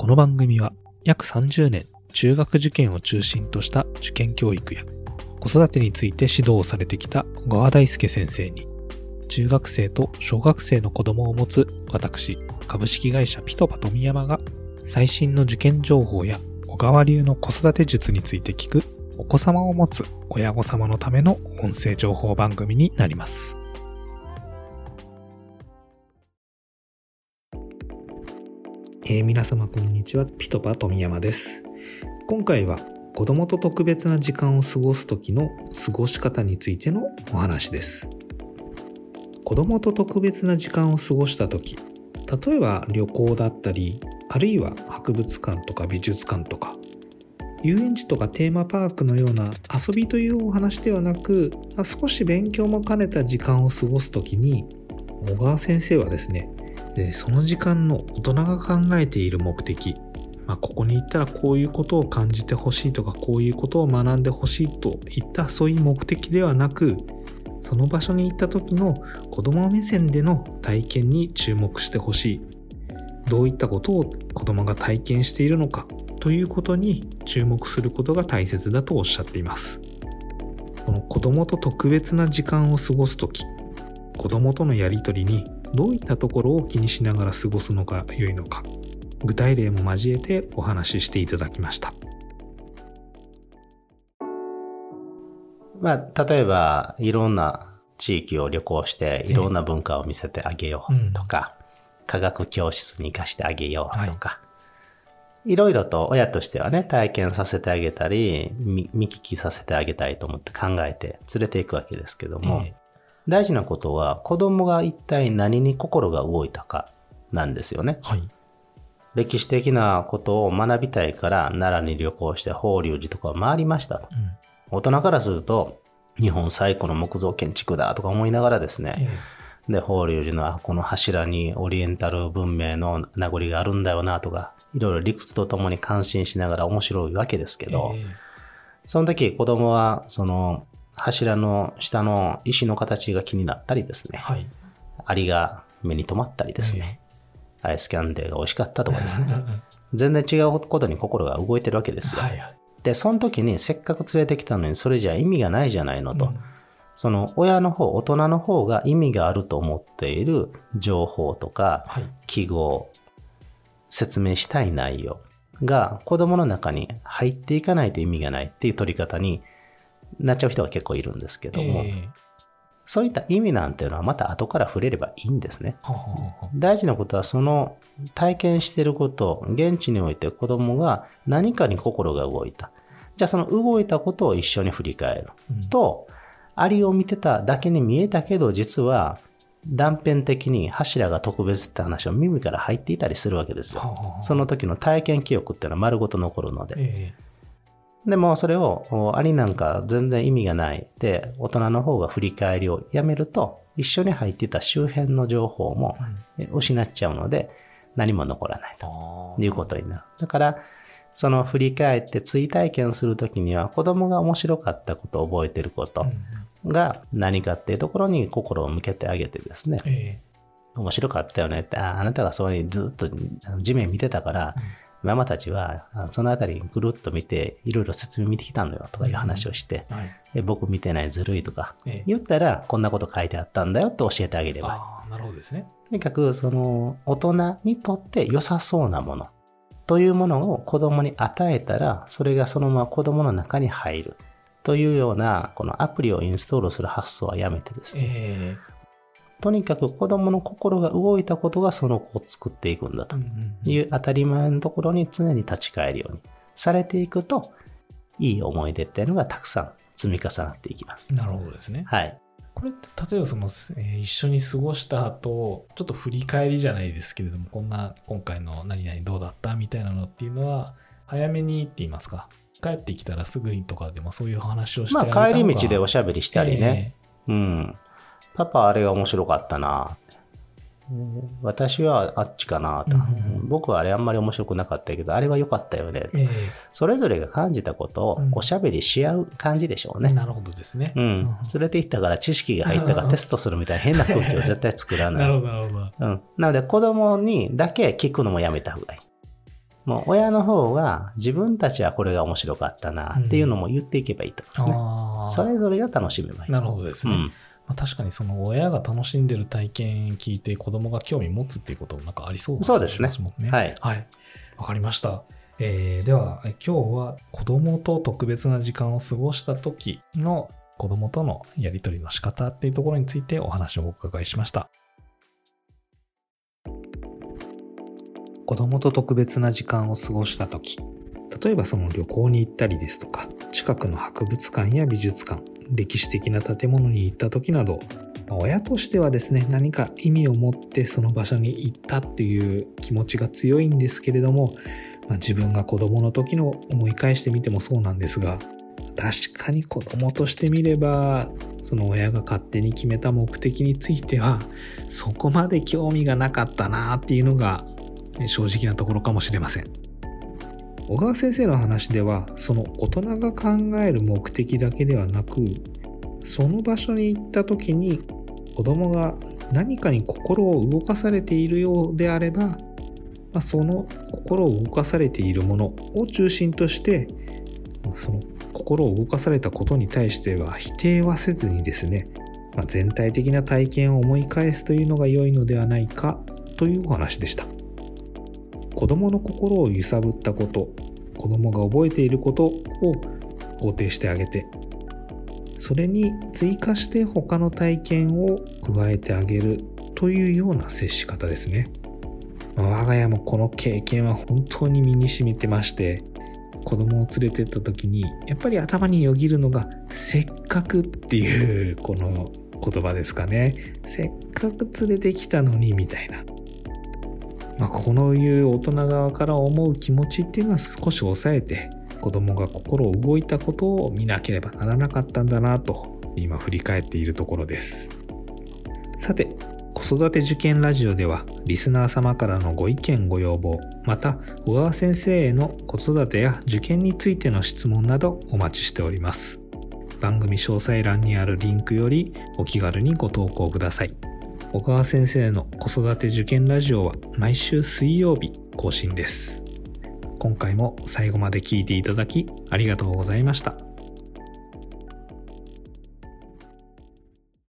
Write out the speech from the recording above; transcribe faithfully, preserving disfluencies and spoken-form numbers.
この番組は約さんじゅうねん中学受験を中心とした受験教育や子育てについて指導をされてきた小川大輔先生に、中学生と小学生の子供を持つ私、株式会社ピトパ富山が最新の受験情報や小川流の子育て術について聞くお子様を持つ親御様のための音声情報番組になります。えー、皆様こんにちは、ピトパ富山です。今回は子供と特別な時間を過ごす時の過ごし方についてのお話です。子供と特別な時間を過ごした時、例えば旅行だったり、あるいは博物館とか美術館とか遊園地とかテーマパークのような遊びというお話ではなく、少し勉強も兼ねた時間を過ごす時に、小川先生はですね、でその時間の大人が考えている目的、まあ、ここに行ったらこういうことを感じてほしいとか、こういうことを学んでほしいといったそういう目的ではなく、その場所に行った時の子供目線での体験に注目してほしい。どういったことを子供が体験しているのかということに注目することが大切だとおっしゃっています。この子供と特別な時間を過ごすとき、子供とのやりとりにどういったところを気にしながら過ごすのが良いのか、具体例も交えてお話ししていただきました。 まあ、例えばいろんな地域を旅行していろんな文化を見せてあげようとか、ええ、科学教室に行かしてあげようとか、はい、いろいろと親としてはね、体験させてあげたり 見, 見聞きさせてあげたいと思って考えて連れていくわけですけども、ええ、大事なことは子供が一体何に心が動いたかなんですよね。はい、歴史的なことを学びたいから奈良に旅行して法隆寺とか回りましたと、うん、大人からすると日本最古の木造建築だとか思いながらですね、ええ、で法隆寺のこの柱にオリエンタル文明の名残があるんだよなとか、いろいろ理屈とともに感心しながら面白いわけですけど、ええ、その時子供はその柱の下の石の形が気になったりですね、はい、アリが目に留まったりですね、ええ、アイスキャンデーが美味しかったとかですね全然違うことに心が動いてるわけですよ、はいはい、でその時にせっかく連れてきたのにそれじゃ意味がないじゃないのと、うん、その親の方、大人の方が意味があると思っている情報とか、はい、記号、説明したい内容が子供の中に入っていかないと意味がないっていう取り方になっちゃう人が結構いるんですけども、えー、そういった意味なんていうのはまた後から触れればいいんですね。ははは大事なことはその体験していること、現地において子供が何かに心が動いた。じゃあその動いたことを一緒に振り返る、うん、と、アリを見てただけに見えたけど実は断片的に柱が特別って話を耳から入っていたりするわけですよ。はははその時の体験記憶っていうのは丸ごと残るので。えーでもそれをアリなんか全然意味がないで大人の方が振り返りをやめると一緒に入っていた周辺の情報も失っちゃうので何も残らないということになる。だからその振り返って追体験するときには子供が面白かったことを覚えていることが何かっていうところに心を向けてあげてですね、えー、面白かったよねって、あ、あなたがそうにずっと地面見てたから、うんママたちはそのあたりぐるっと見ていろいろ説明見てきたのよとかいう話をして、うんはい、え僕見てないずるいとか言ったら、こんなこと書いてあったんだよと教えてあげれば、 あなるほどですね。 とにかくその大人にとって良さそうなものというものを子供に与えたら、それがそのまま子供の中に入るというようなこのアプリをインストールする発想はやめてですね、えーとにかく子供の心が動いたことがその子を作っていくんだという当たり前のところに常に立ち返るようにされていくと、いい思い出っていうのがたくさん積み重なっていきます。 なるほどですね。 はい。 これって例えばその、えー、一緒に過ごした後、ちょっと振り返りじゃないですけれども、こんな今回の何々どうだったみたいなのっていうのは早めにって言いますか、帰ってきたらすぐにとかでもそういう話をしてあげた方が、 まあ帰り道でおしゃべりしたりね、えー、うんパパあれが面白かったな、私はあっちかなと、うん、僕はあれあんまり面白くなかったけどあれは良かったよね、えー、それぞれが感じたことをおしゃべりし合う感じでしょうね、 うん、なるほどですね、 うん、連れて行ったから知識が入ったからテストするみたいな変な空気を絶対作らないなるほどなるほど、 うん、なので子供にだけ聞くのもやめた方がいい。 もう親の方が自分たちはこれが面白かったなっていうのも言っていけばいいと思いますね。うん、それぞれが楽しめばいい。 なるほどですね。うん、まあ、確かにその親が楽しんでる体験聞いて子供が興味持つっていうこともなんかありそうですね。そうですね。はい。はい。わかりました。えー、では今日は子供と特別な時間を過ごした時の子供とのやり取りの仕方っていうところについてお話をお伺いしました。子供と特別な時間を過ごした時、例えばその旅行に行ったりですとか、近くの博物館や美術館、歴史的な建物に行った時など、親としてはですね、何か意味を持ってその場所に行ったっていう気持ちが強いんですけれども、まあ、自分が子供の時の思い返してみてもそうなんですが、確かに子供としてみれば、その親が勝手に決めた目的についてはそこまで興味がなかったなっていうのが正直なところかもしれません。小川先生の話では、その大人が考える目的だけではなく、その場所に行った時に子供が何かに心を動かされているようであれば、まあ、その心を動かされているものを中心として、その心を動かされたことに対しては否定はせずにですね、まあ、全体的な体験を思い返すというのが良いのではないかというお話でした。子供の心を揺さぶったこと、子供が覚えていることを肯定してあげて、それに追加して他の体験を加えてあげるというような接し方ですね。まあ、我が家もこの経験は本当に身に染みてまして、子供を連れてった時にやっぱり頭によぎるのがせっかくっていうこの言葉ですかね。せっかく連れてきたのにみたいな、まあ、このいう大人側から思う気持ちっていうのは少し抑えて、子供が心動いたことを見なければならなかったんだなと今振り返っているところです。さて、子育て受験ラジオではリスナー様からのご意見ご要望、また小川先生への子育てや受験についての質問などお待ちしております。番組詳細欄にあるリンクよりお気軽にご投稿ください。小川先生の子育て受験ラジオは毎週水曜日更新です。今回も最後まで聞いていただきありがとうございました。